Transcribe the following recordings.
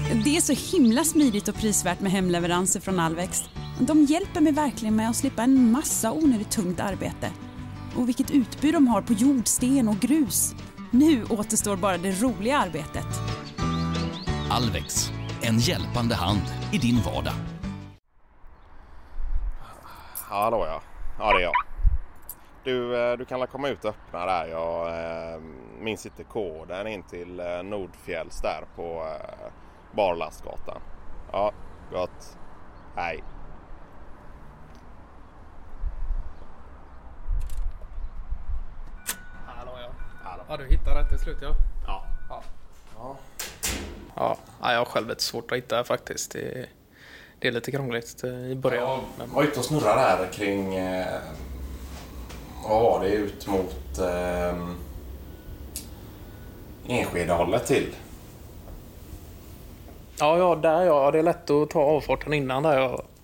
Det är så himla smidigt och prisvärt med hemleveranser från Alvex. De hjälper mig verkligen med att slippa en massa onödigt tungt arbete. Och vilket utbud de har på jord, sten och grus. Nu återstår bara det roliga arbetet. Alvex, en hjälpande hand i din vardag. Hallå ja. Ja, det är jag. Du kan komma ut och öppna där. Jag minns inte koden in till Nordfjälls där på Barlastgatan. Ja, gott. Hej. Hallå ja. Hallå. Ja, du hittar rätt till slut ja. Ja. Ja, jag har själv lite svårt att hitta faktiskt. Det är lite krångligt i början. Jag var ute och snurrade här kring... vad var det? Ut mot Enskedehållet till. Ja, där ja. Det är lätt att ta avfarten innan där.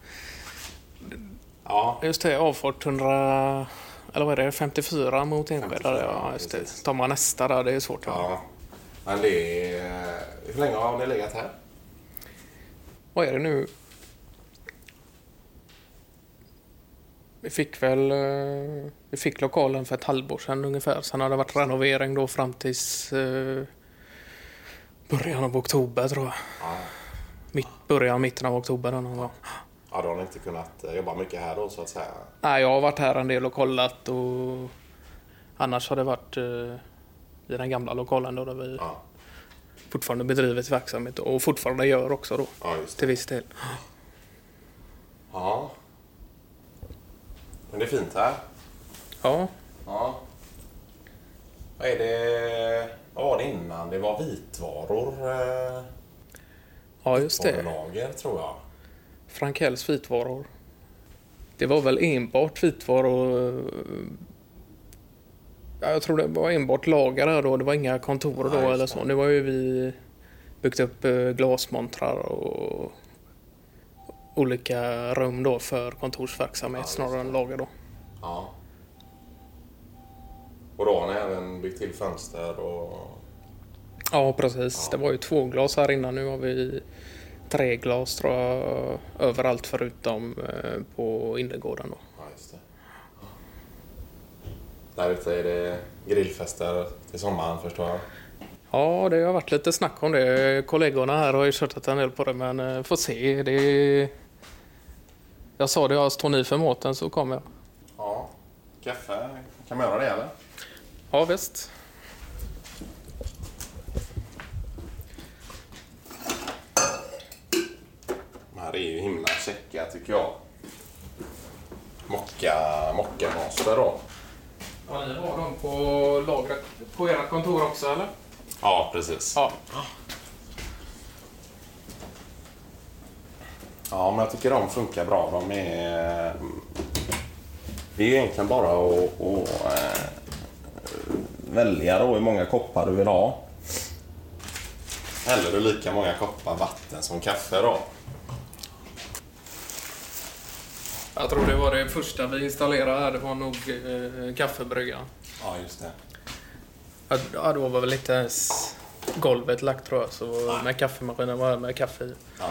Ja. Just det, avfart 100... Eller vad är det? 54 mot Enskede. Ja, just det. Tar man nästa där, det är svårt. Ja. Men det är... Hur länge har ni legat här? Vad är det nu? Vi fick lokalen för ett halvår sedan ungefär. Sen har det varit renovering då fram tills början av oktober tror jag. Ja. Mitten av oktober någon gång. Ja, då har ni inte kunnat jobba mycket här då så att säga? Nej, jag har varit här en del och kollat och annars har det varit i den gamla lokalen då där vi fortfarande bedriver verksamhet och fortfarande gör också då. Ja, just det. Till viss del. Ja. Men det är fint här. Ja. Ja. Vad är det? Vad var det innan? Det var vitvaror. Ja, just det. Lager tror jag. Frankells vitvaror. Det var väl enbart vitvaror. Ja, jag tror det var enbart lager där då. Det var inga kontor då eller så. Nu var ju vi byggt upp glasmontrar och olika rum då för kontorsverksamhet snarare än lager då. Ja. Och då har ni även byggt till fönster och... Ja, precis. Ja. Det var ju 2 glas här innan. Nu har vi 3 glas tror jag överallt förutom på innergården då. Ja, just det. Där ute är det grillfester till sommaren förstår jag. Ja, det har varit lite snack om det. Kollegorna här har ju kört en del på det, men får se. Jag sa det, jag står ni för maten så kommer jag. Ja, kaffe. Kan man göra det eller? Ja, visst. De här är ju himla käcka tycker jag. Mocka-master då. Ja, ni har dem på lagret på era kontor också, eller? Ja, precis. Ja. Ja, men jag tycker de funkar bra. Det är ju egentligen bara att välja då hur många koppar du vill ha. Eller lika många koppar vatten som kaffe då. Jag tror det var det första vi installerade här. Det var nog kaffebryggan. Ja, just det. Ja, då var väl inte ens golvet lagt tror jag. Så med kaffemaskinen var det med kaffe i. Ja.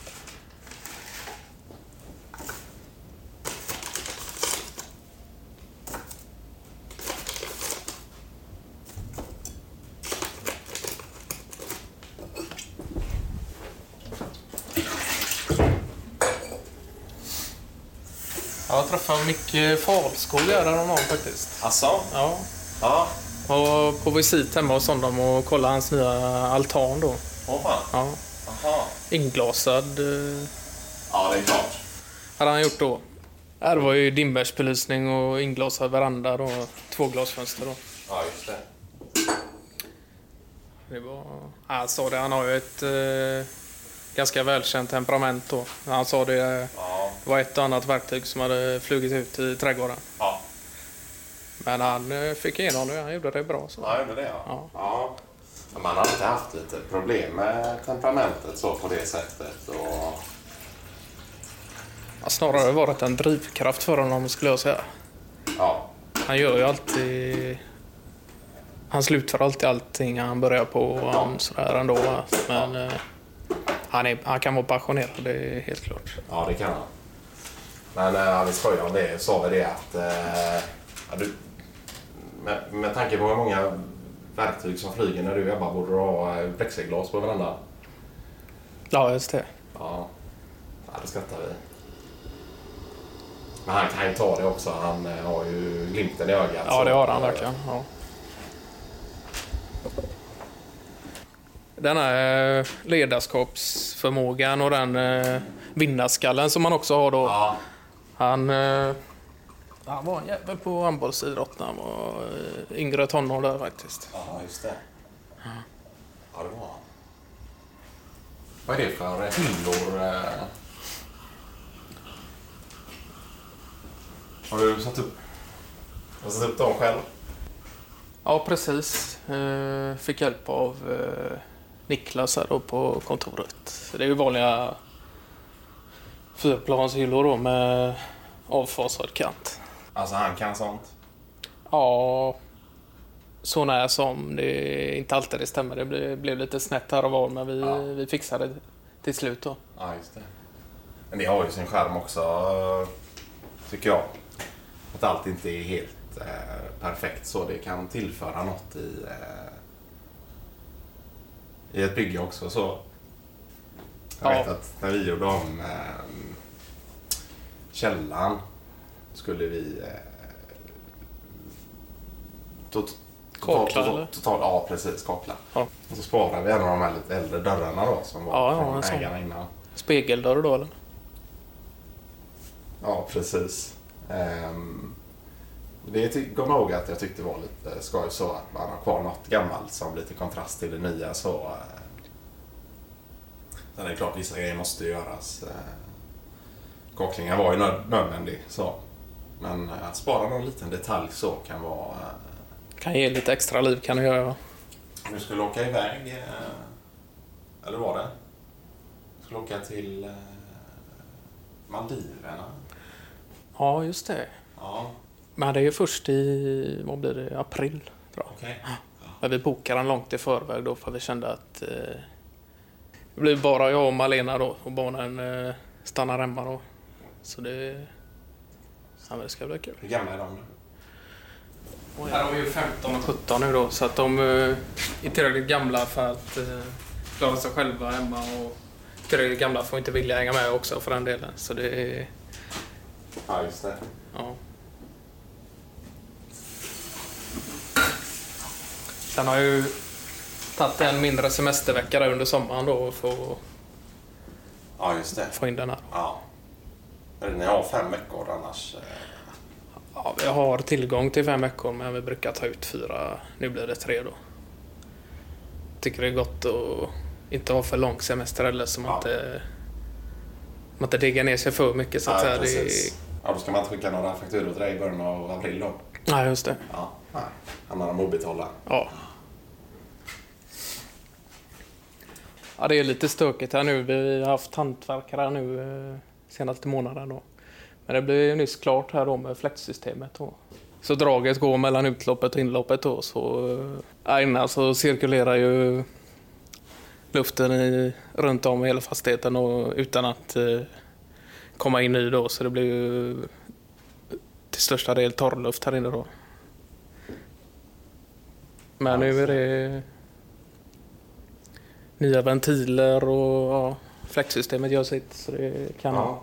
Jag träffade Micke Falskog där faktiskt. Asså? Ja. Ja. Jag var på visit hemma hos honom och kollade hans nya altan då. Åh fan. Ja. Aha. Inglasad. Ja, det är klart. Hade han gjort då. Det var ju dimmersbelysning och inglasad veranda och 2 glasfönster då. Ja, just det. Det var... Han sa det, han har ju ett ganska välkänt temperament då. Han sa det, det var ett annat verktyg som hade flugit ut i trädgården. Ja. Men han fick igenom det, han gjorde det bra. Så. Ja, han gjorde det ja. Man har alltid haft lite problem med temperamentet så på det sättet. Och... Ja, snarare varit en drivkraft för honom skulle jag säga. Ja. Han gör ju alltid... Han slutför alltid allting han börjar på och sådär ändå. Men Han kan vara passionerad, det är helt klart. Ja, det kan han. Men när vi skojar om det så var det att med tanke på hur många verktyg som flyger när du jobbar borde du ha plexiglas på varandra. Ja, just det. Ja, det skrattar vi. Men han kan ju ta det också. Han har ju glimten i ögat. Ja, det har han verkligen. Ja. Den här ledarskapsförmågan och den vinnarskallen som man också har då. Ja. Han var en jävel på handbollsidrott när han var yngre tonår där faktiskt. Ja, just det. Ja, det var. Vad är det för hyllor? Har du satt upp dem själv? Ja, precis. Fick hjälp av Niklas här då på kontoret. Så det är ju vanliga fyrplanshyllor då med avfasad kant. Alltså han kan sånt? Ja, så när som det inte alltid det stämmer. Det blev lite snett här och var, men vi fixade det till slut då. Ja, just det. Men det har ju sin skärm också, tycker jag. Att allt inte är helt perfekt så. Det kan tillföra något i ett bygge också. Så. Jag vet att när vi gjorde om källan skulle vi kakla. Ja, precis, kakla. Ja. Och så sparade vi en av de här lite äldre dörrarna då som var från ägarna innan. Spegeldörr då eller? Ja, precis. Det kommer jag ihåg att jag tyckte var lite skoj så att man har kvar något gammalt som lite kontrast till det nya så. Sen är det klart vissa grejer måste göras. Kaklingen var ju nödvändig så. Men att spara någon liten detalj så kan vara... Kan ge lite extra liv kan du göra. Du skulle åka iväg, eller var det? Du skulle åka till Maldiverna. Ja, just det. Ja. Men det är ju först i, vad blir det, april tror jag. Okej. Men vi bokade den långt i förväg då för vi kände att det blir bara jag och Malena då och barnen stannar hemma då. Så det det ska bli kul. Hur gamla är de nu? Här har vi ju 15 och 17 nu då så att de är tillräckligt gamla för att klara sig själva hemma och tillräckligt gamla får inte vilja hänga med också för den delen. Så det är... Ja, just det. Ja. Sen har jag ju tagit en mindre semestervecka där under sommaren då för att få in den här. Ja. Men ni har 5 veckor annars? Ja, vi har tillgång till 5 veckor men vi brukar ta ut 4. Nu blir det 3 då. Tycker det är gott att inte ha för lång semester eller så man inte diggar ner sig för mycket så att säga. Ja, då ska man inte skicka några fakturor till dig i början av april då. Nej, just det. Ja, hamnar de obetalda. Ja. Ja, det är lite stökigt här nu. Vi har haft hantverkare nu senaste månaden då. Men det blev ju nyss klart här då med fläktsystemet då. Så draget går mellan utloppet och inloppet då. Så innan så cirkulerar ju luften runt om hela fastigheten och utan att komma in i då. Så det blir ju till största del torrluft här inne då. Men nu är det nya ventiler och fläktsystemet gör sitt så det kan... Ja.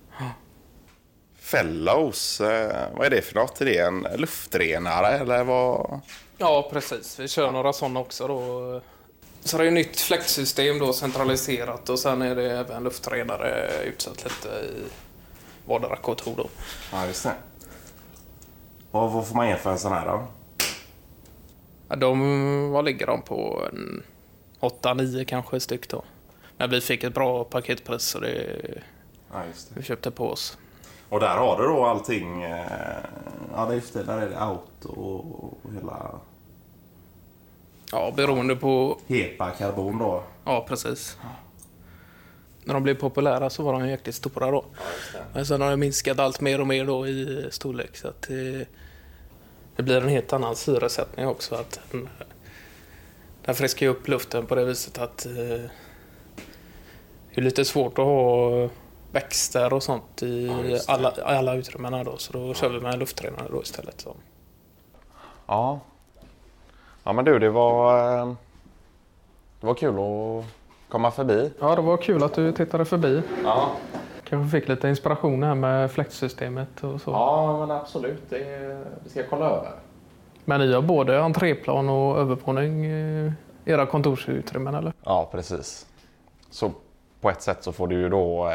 Fellows, vad är det för något? Är det en luftrenare eller vad? Ja, precis. Vi kör några sådana också då. Så det är ett nytt fläktsystem då centraliserat och sen är det även luftrenare utsatt lite i vardera kontor då. Ja, just det. Vad får man ge för en sån här då? Ja, vad ligger de på? 8-9 kanske styck då. Men vi fick ett bra paketpris så just det. Vi köpte på oss. Och där har du då allting, ja just det, där är det auto och hela... Ja, beroende på... HEPA karbon då. Ja, precis. Ja. När de blev populära så var de jäkligt stora då. Ja, just det. Men sen har det minskat allt mer och mer då i storlek så att det blir en helt annan syresättning också. Att den friskar upp luften på det viset att det är lite svårt att ha växter och sånt i alla utrymmena då, så då kör vi med en luftrenare då istället. Så. Ja. Ja men du, det var kul att komma förbi. Ja, det var kul att du tittade förbi. Ja. Kanske fick lite inspiration här med fläktsystemet och så. Ja men absolut, det ska jag kolla över. Men ni har både entréplan och övervåning i era kontorsutrymmen eller? Ja precis. Så på ett sätt så får du ju då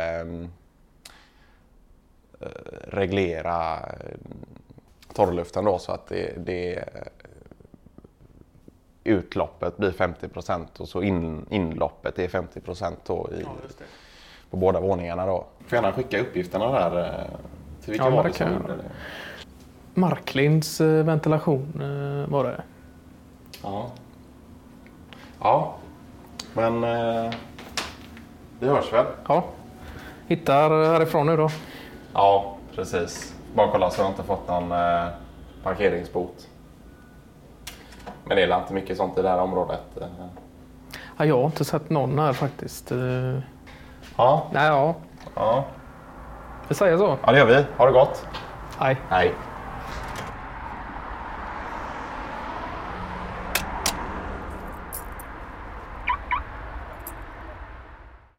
reglera torrluften då så att det utloppet blir 50% och så inloppet är 50% då på båda våningarna då. Får gärna skicka uppgifterna där till vilka var det som gjorde det. Marklinds ventilation var det. Ja. Ja. Men vi hörs väl? Ja. Hittar härifrån nu då. Ja, precis. Bara kolla så jag inte fått någon parkeringsbot. Men det är inte mycket sånt i det här området. Ja, jag har inte sett någon här faktiskt. Ja. Nej, ja. Ja. Vi säger så. Ja, det gör vi. Ha det gott. Hej. Hej.